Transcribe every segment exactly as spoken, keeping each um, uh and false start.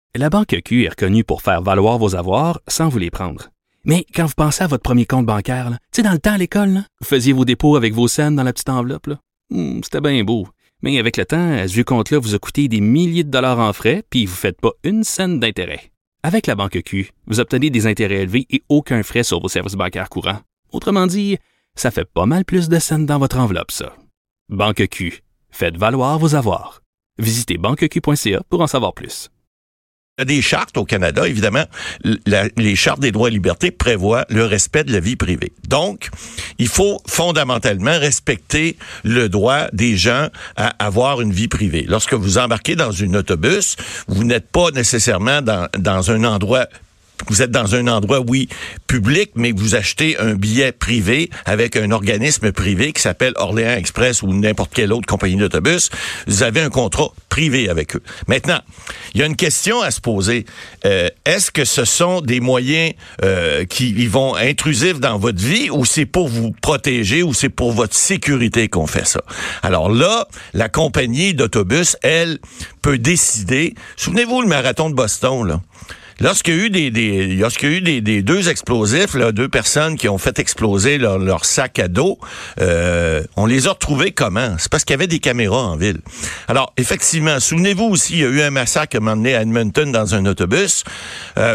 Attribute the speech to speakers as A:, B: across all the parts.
A: La Banque Q est reconnue pour faire valoir vos avoirs sans vous les prendre. Mais quand vous pensez à votre premier compte bancaire, tu sais, dans le temps à l'école, là, vous faisiez vos dépôts avec vos scènes dans la petite enveloppe. Là. Hum, c'était bien beau. Mais avec le temps, à ce vieux compte-là vous a coûté des milliers de dollars en frais, puis vous ne faites pas une scène d'intérêt. Avec la Banque Q, vous obtenez des intérêts élevés et aucun frais sur vos services bancaires courants. Autrement dit, ça fait pas mal plus de scènes dans votre enveloppe, ça. Banque Q. Faites valoir vos avoirs. Visitez banque q point c a pour en savoir plus.
B: Il y a des chartes au Canada, évidemment. La, les chartes des droits et libertés prévoient le respect de la vie privée. Donc, il faut fondamentalement respecter le droit des gens à avoir une vie privée. Lorsque vous embarquez dans un autobus, vous n'êtes pas nécessairement dans, dans un endroit Vous êtes dans un endroit, oui, public, mais vous achetez un billet privé avec un organisme privé qui s'appelle Orléans Express ou n'importe quelle autre compagnie d'autobus. Vous avez un contrat privé avec eux. Maintenant, il y a une question à se poser. Euh, est-ce que ce sont des moyens euh, qui vont intrusifs dans votre vie ou c'est pour vous protéger ou c'est pour votre sécurité qu'on fait ça? Alors là, la compagnie d'autobus, elle, peut décider. Souvenez-vous le marathon de Boston, là. Lorsqu'il y a eu des, des lorsqu'il y a eu des, des deux explosifs, là, deux personnes qui ont fait exploser leur, leur sac à dos, euh, on les a retrouvés comment? C'est parce qu'il y avait des caméras en ville. Alors, effectivement, souvenez-vous aussi, il y a eu un massacre à un moment donné à Edmonton dans un autobus. Euh,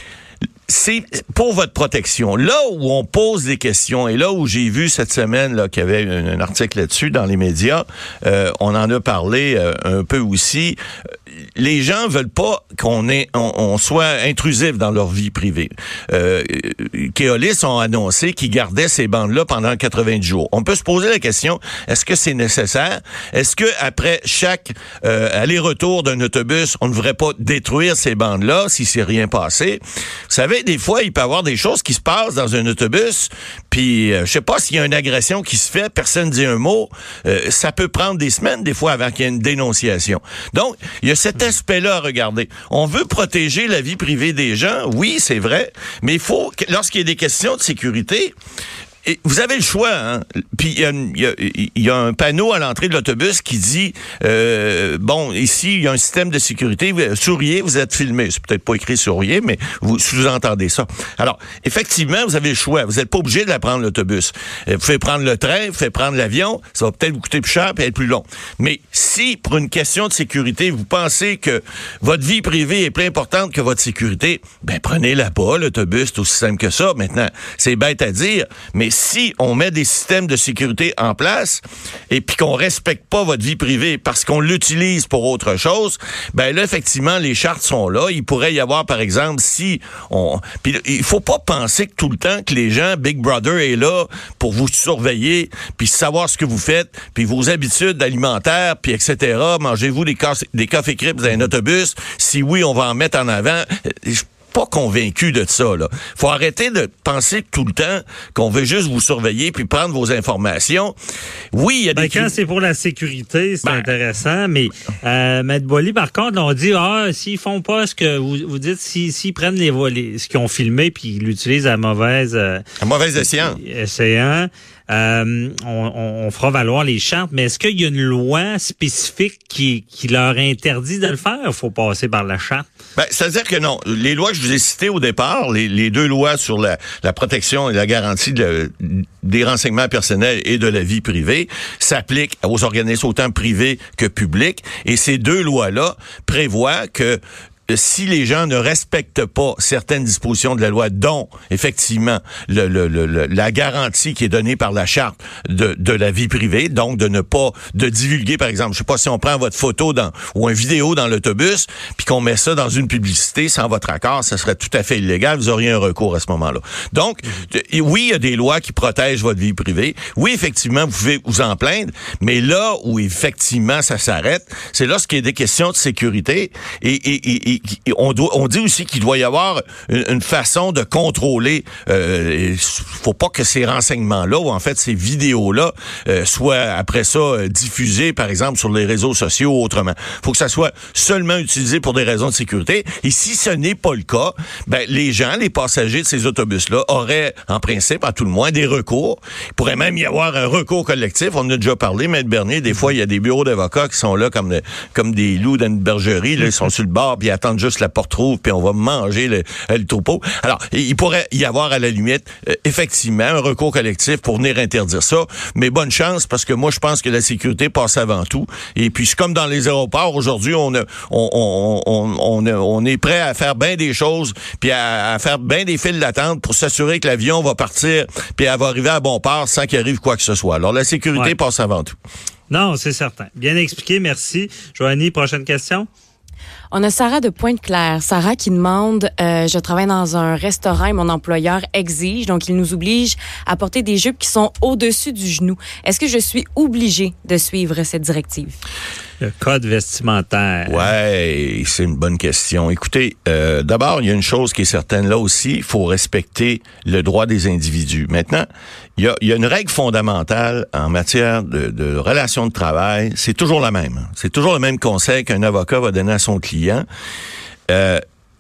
B: C'est pour votre protection. Là où on pose des questions, et là où j'ai vu cette semaine là, qu'il y avait un, un article là-dessus dans les médias, euh, on en a parlé euh, un peu aussi, les gens veulent pas qu'on ait, on, on soit intrusif dans leur vie privée. Euh, Keolis ont annoncé qu'ils gardaient ces bandes-là pendant quatre-vingt-dix jours. On peut se poser la question, est-ce que c'est nécessaire? Est-ce que après chaque euh, aller-retour d'un autobus, on ne devrait pas détruire ces bandes-là si c'est rien passé? Vous savez, des fois, il peut y avoir des choses qui se passent dans un autobus, puis euh, je sais pas s'il y a une agression qui se fait, personne dit un mot, euh, ça peut prendre des semaines, des fois, avant qu'il y ait une dénonciation. Donc, il y a cet aspect-là à regarder. On veut protéger la vie privée des gens, oui, c'est vrai, mais il faut, lorsqu'il y a des questions de sécurité, et vous avez le choix, hein. Puis il y a, y, a, y a un panneau à l'entrée de l'autobus qui dit euh, bon, ici, il y a un système de sécurité, souriez, vous êtes filmé. C'est peut-être pas écrit souriez, mais vous sous-entendez ça. Alors, effectivement, vous avez le choix. Vous n'êtes pas obligé de la prendre l'autobus. Vous pouvez prendre le train, vous pouvez prendre l'avion, ça va peut-être vous coûter plus cher et être plus long. Mais si, pour une question de sécurité, vous pensez que votre vie privée est plus importante que votre sécurité, ben prenez-la pas, l'autobus, c'est aussi simple que ça. Maintenant, c'est bête à dire, mais si on met des systèmes de sécurité en place et puis qu'on respecte pas votre vie privée parce qu'on l'utilise pour autre chose, ben là, effectivement, les chartes sont là. Il pourrait y avoir, par exemple, si on... Puis il faut pas penser que tout le temps que les gens, Big Brother est là pour vous surveiller, puis savoir ce que vous faites, puis vos habitudes alimentaires, puis et cetera. Mangez-vous des, ca- des cafés crêpes dans un autobus? Si oui, on va en mettre en avant. Je pas convaincu de ça, là. Faut arrêter de penser tout le temps qu'on veut juste vous surveiller puis prendre vos informations. Oui, il y a des...
C: Ben, quand c'est pour la sécurité, c'est
B: ben...
C: intéressant, mais euh, Maître Boily, par contre, on dit, ah, s'ils font pas ce que vous, vous dites, s'ils, s'ils prennent les, les ce qu'ils ont filmé puis ils l'utilisent à mauvaise... Euh,
B: à mauvaise escient.
C: Escient. Euh, on, on fera valoir les chartes, mais est-ce qu'il y a une loi spécifique qui, qui leur interdit de le faire? Il faut passer par la charte.
B: Ben, c'est-à-dire que non. Les lois que je vous ai citées au départ, les, les deux lois sur la, la protection et la garantie de, des renseignements personnels et de la vie privée, s'appliquent aux organismes autant privés que publics. Et ces deux lois-là prévoient que si les gens ne respectent pas certaines dispositions de la loi, dont effectivement le, le, le, la garantie qui est donnée par la charte de, de la vie privée, donc de ne pas de divulguer, par exemple, je sais pas si on prend votre photo dans ou une vidéo dans l'autobus, puis qu'on met ça dans une publicité sans votre accord, ça serait tout à fait illégal, vous auriez un recours à ce moment-là. Donc, mm-hmm. oui, il y a des lois qui protègent votre vie privée. Oui, effectivement, vous pouvez vous en plaindre, mais là où effectivement ça s'arrête, c'est lorsqu'il y a des questions de sécurité et, et, et, et On, doit, on dit aussi qu'il doit y avoir une, une façon de contrôler. Euh, il faut pas que ces renseignements-là, ou en fait ces vidéos-là, euh, soient après ça euh, diffusées, par exemple, sur les réseaux sociaux ou autrement. Il faut que ça soit seulement utilisé pour des raisons de sécurité. Et si ce n'est pas le cas, ben les gens, les passagers de ces autobus-là auraient, en principe, à tout le moins, des recours. Il pourrait même y avoir un recours collectif. On en a déjà parlé, Maître Bernier. Des fois, il y a des bureaux d'avocats qui sont là comme, de, comme des loups dans une bergerie. Là, ils sont sur le bord, puis ils attendre juste la porte rouvre, puis on va manger le, le topo. Alors, il pourrait y avoir à la limite, euh, effectivement, un recours collectif pour venir interdire ça, mais bonne chance, parce que moi, je pense que la sécurité passe avant tout. Et puis, c'est comme dans les aéroports, aujourd'hui, on, a, on, on, on, on, a, on est prêt à faire bien des choses, puis à, à faire bien des files d'attente pour s'assurer que l'avion va partir, puis elle va arriver à bon port sans qu'il arrive quoi que ce soit. Alors, la sécurité ouais. passe avant tout.
C: Non, c'est certain. Bien expliqué, merci. Joanie, prochaine question.
D: On a Sarah de Pointe-Claire. Sarah qui demande, euh, je travaille dans un restaurant et mon employeur exige, donc il nous oblige à porter des jupes qui sont au-dessus du genou. Est-ce que je suis obligée de suivre cette directive?
C: Le code vestimentaire.
B: Ouais, c'est une bonne question. Écoutez, euh, d'abord, il y a une chose qui est certaine là aussi, il faut respecter le droit des individus. Maintenant, il y a, il y a une règle fondamentale en matière de, de relations de travail, c'est toujours la même. C'est toujours le même conseil qu'un avocat va donner à son client. Euh,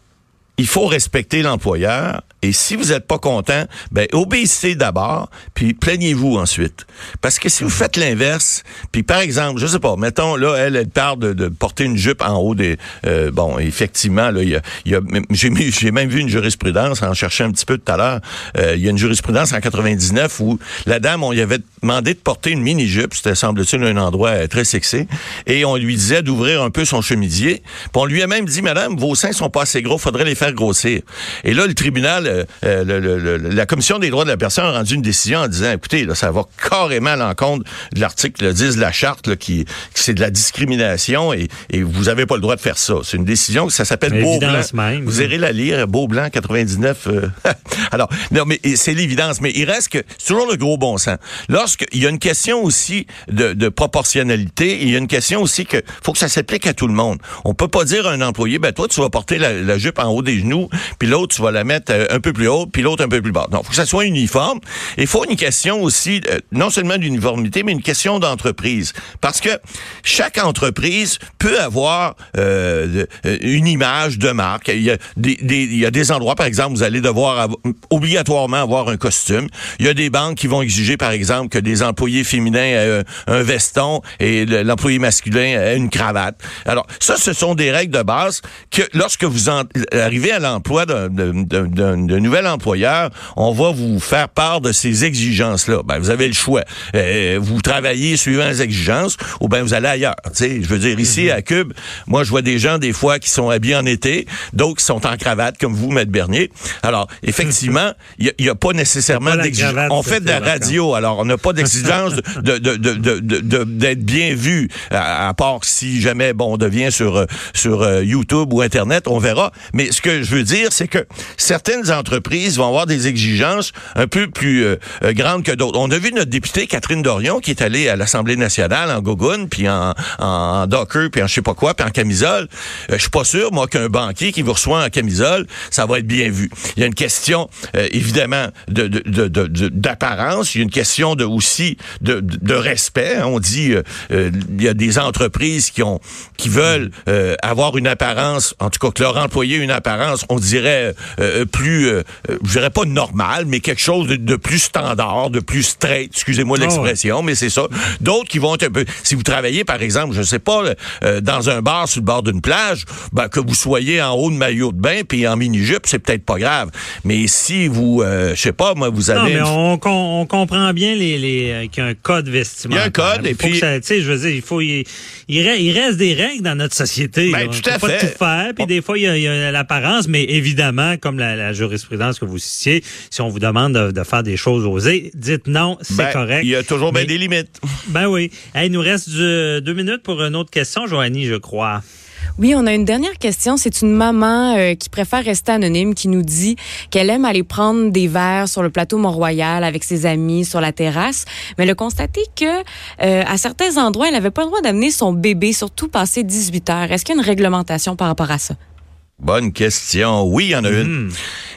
B: il faut respecter l'employeur. Et si vous n'êtes pas content, ben obéissez d'abord, puis plaignez-vous ensuite. Parce que si vous faites l'inverse, puis par exemple, je sais pas, mettons là, elle, elle parle de, de porter une jupe en haut des, euh, bon, effectivement là, il y a, il y a j'ai, mis, j'ai même vu une jurisprudence en cherchant un petit peu tout à l'heure. Euh, il y a une jurisprudence en quatre-vingt-dix-neuf où la dame, on lui avait demandé de porter une mini jupe, c'était semble-t-il un endroit très sexy, et on lui disait d'ouvrir un peu son chemisier. Puis on lui a même dit, madame, vos seins sont pas assez gros, faudrait les faire grossir. Et là, le tribunal Euh, le, le, le, la Commission des droits de la personne a rendu une décision en disant, écoutez, là, ça va carrément à l'encontre de l'article dix de la charte, là, qui, qui c'est de la discrimination et, et vous avez pas le droit de faire ça. C'est une décision, ça s'appelle Beaublanc.
C: Même,
B: vous irez la lire, Beaublanc quatre-vingt-dix-neuf. Euh, alors, non, mais c'est l'évidence, mais il reste que c'est toujours le gros bon sens. Lorsqu'il y a une question aussi de, de proportionnalité, il y a une question aussi que faut que ça s'applique à tout le monde. On peut pas dire à un employé, ben toi, tu vas porter la, la jupe en haut des genoux, puis l'autre, tu vas la mettre un peu plus haut, puis l'autre un peu plus bas. Non, il faut que ça soit uniforme. Il faut une question aussi, euh, non seulement d'uniformité, mais une question d'entreprise. Parce que chaque entreprise peut avoir euh, une image de marque. Il y a des, des, il y a des endroits, par exemple, vous allez devoir avoir, obligatoirement avoir un costume. Il y a des banques qui vont exiger, par exemple, que des employés féminins aient un, un veston et l'employé masculin ait une cravate. Alors, ça, ce sont des règles de base que lorsque vous en, arrivez à l'emploi d'un, d'un, d'un, d'un nouvel employeur, on va vous faire part de ces exigences-là. Ben, vous avez le choix. Euh, vous travaillez suivant les exigences ou ben vous allez ailleurs. Tu sais, je veux dire, ici, mm-hmm. à Cube, moi, je vois des gens, des fois, qui sont habillés en été, d'autres qui sont en cravate, comme vous, Maître Bernier. Alors, effectivement, il n'y a, a pas nécessairement d'exigence. On fait de la radio, alors on n'a pas d'exigence de, de, de, de, de, de, d'être bien vu, à, à part si jamais, bon, on devient sur, sur uh, YouTube ou Internet, on verra. Mais ce que je veux dire, c'est que certaines entreprises vont avoir des exigences un peu plus euh, grandes que d'autres. On a vu notre députée Catherine Dorion qui est allée à l'Assemblée nationale en gogoune, puis en, en docker, puis en je sais pas quoi, puis en camisole. Euh, je suis pas sûr, moi, qu'un banquier qui vous reçoit en camisole, ça va être bien vu. Il y a une question, euh, évidemment, de, de, de, de, de, d'apparence. Il y a une question de aussi de, de, de respect. On dit, euh, euh, il y a des entreprises qui ont qui veulent euh, avoir une apparence, en tout cas que leur employé ait une apparence, on dirait euh, plus, euh, je dirais pas normal, mais quelque chose de, de plus standard, de plus straight. Excusez-moi l'expression, oh ouais. mais c'est ça. D'autres qui vont être un peu. Si vous travaillez, par exemple, je sais pas, euh, dans un bar sur le bord d'une plage, ben que vous soyez en haut de maillot de bain puis en mini-jupe, c'est peut-être pas grave. Mais si vous, euh, je sais pas, moi, vous avez.
C: Non, mais on, on comprend bien les, les euh, qu'il y a un code vestimentaire.
B: Il y a un code et puis.
C: Tu sais, je veux dire, il faut, il, il reste des règles dans notre société.
B: Ben, tout à
C: fait.
B: Pas
C: tout faire. Puis on... des fois, il y, a, il y a l'apparence, mais évidemment, comme la, la jurisprudence que vous citiez, si on vous demande de, de faire des choses osées, dites non, c'est
B: ben,
C: correct.
B: Il y a toujours
C: mais,
B: bien des limites.
C: Ben oui. Hey, il nous reste du, deux minutes pour une autre question, Joanie, je crois.
D: Oui, on a une dernière question. C'est une maman euh, qui préfère rester anonyme, qui nous dit qu'elle aime aller prendre des verres sur le plateau Mont-Royal avec ses amis sur la terrasse, mais elle a constaté que euh, à certains endroits, elle n'avait pas le droit d'amener son bébé, surtout passé dix-huit heures. Est-ce qu'il y a une réglementation par rapport à ça?
B: Bonne question. Oui, il y en a mmh. une.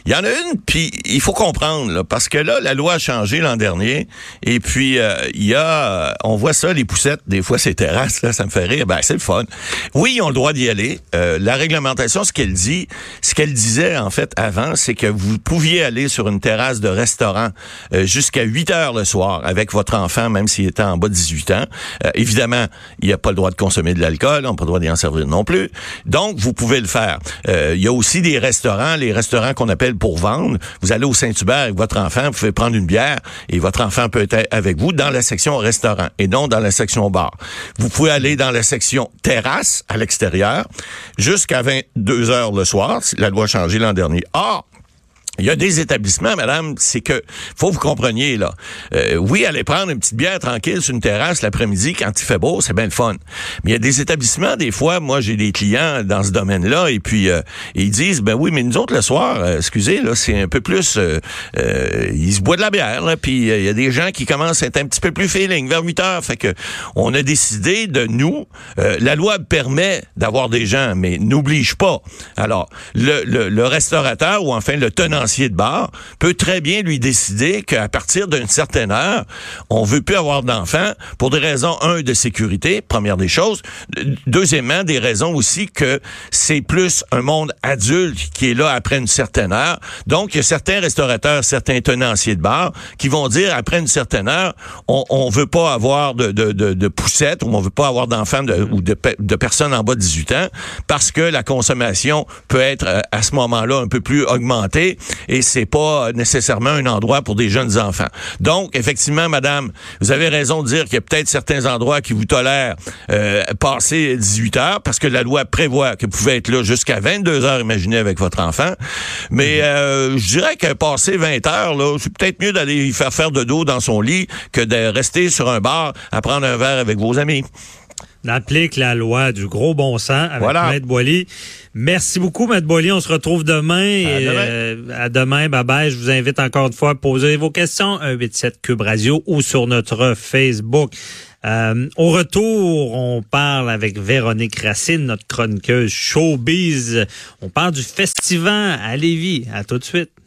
B: Il y en a une, puis il faut comprendre, là, parce que là, la loi a changé l'an dernier, et puis euh, il y a, on voit ça, les poussettes, des fois, ces terrasses, là, ça me fait rire, ben c'est le fun. Oui, ils ont le droit d'y aller. Euh, la réglementation, ce qu'elle dit, ce qu'elle disait, en fait, avant, c'est que vous pouviez aller sur une terrasse de restaurant euh, jusqu'à huit heures le soir avec votre enfant, même s'il était en bas de dix-huit ans. Euh, évidemment, il n'y a pas le droit de consommer de l'alcool, on n'a pas le droit d'y en servir non plus. Donc, vous pouvez le faire. Euh, il y a aussi des restaurants, les restaurants qu'on appelle pour vendre. Vous allez au Saint-Hubert avec votre enfant, vous pouvez prendre une bière et votre enfant peut être avec vous dans la section restaurant et non dans la section bar. Vous pouvez aller dans la section terrasse à l'extérieur jusqu'à vingt-deux heures le soir. La loi a changé l'an dernier. Or, il y a des établissements, madame, c'est que, faut que vous compreniez, là. Euh, oui, aller prendre une petite bière tranquille sur une terrasse l'après-midi quand il fait beau, c'est bien le fun. Mais il y a des établissements, des fois, moi, j'ai des clients dans ce domaine-là, et puis, euh, ils disent, ben oui, mais nous autres, le soir, euh, excusez, là, c'est un peu plus, euh, euh, ils se boivent de la bière, là, puis il euh, y a des gens qui commencent à être un petit peu plus feeling, vers huit heures. Fait que, on a décidé de nous, euh, la loi permet d'avoir des gens, mais n'oblige pas. Alors, le, le, le restaurateur, ou enfin, le tenant de bar peut très bien lui décider qu'à partir d'une certaine heure, on veut plus avoir d'enfants pour des raisons, un, de sécurité, première des choses. Deuxièmement, des raisons aussi que c'est plus un monde adulte qui est là après une certaine heure. Donc, il y a certains restaurateurs, certains tenanciers de bar qui vont dire, après une certaine heure, on, on veut pas avoir de, de, de, de poussettes ou on veut pas avoir d'enfants de, ou de, de personnes en bas de dix-huit ans parce que la consommation peut être à ce moment-là un peu plus augmentée. Et c'est pas nécessairement un endroit pour des jeunes enfants. Donc, effectivement, madame, vous avez raison de dire qu'il y a peut-être certains endroits qui vous tolèrent euh, passer dix-huit heures, parce que la loi prévoit que vous pouvez être là jusqu'à vingt-deux heures, imaginez, avec votre enfant. Mais euh, je dirais que passer vingt heures, là, c'est peut-être mieux d'aller y faire faire de dos dans son lit que de rester sur un bar à prendre un verre avec vos amis.
C: On applique la loi du gros bon sens avec
B: voilà.
C: Maître Boily. Merci beaucoup, Maître Boily. On se retrouve demain.
B: À
C: et,
B: demain.
C: Euh, à demain. Bye bye. Je vous invite encore une fois à poser vos questions. un huit sept Cube Radio ou sur notre Facebook. Euh, au retour, on parle avec Véronique Racine, notre chroniqueuse showbiz. On parle du Festival à Lévis. À tout de suite.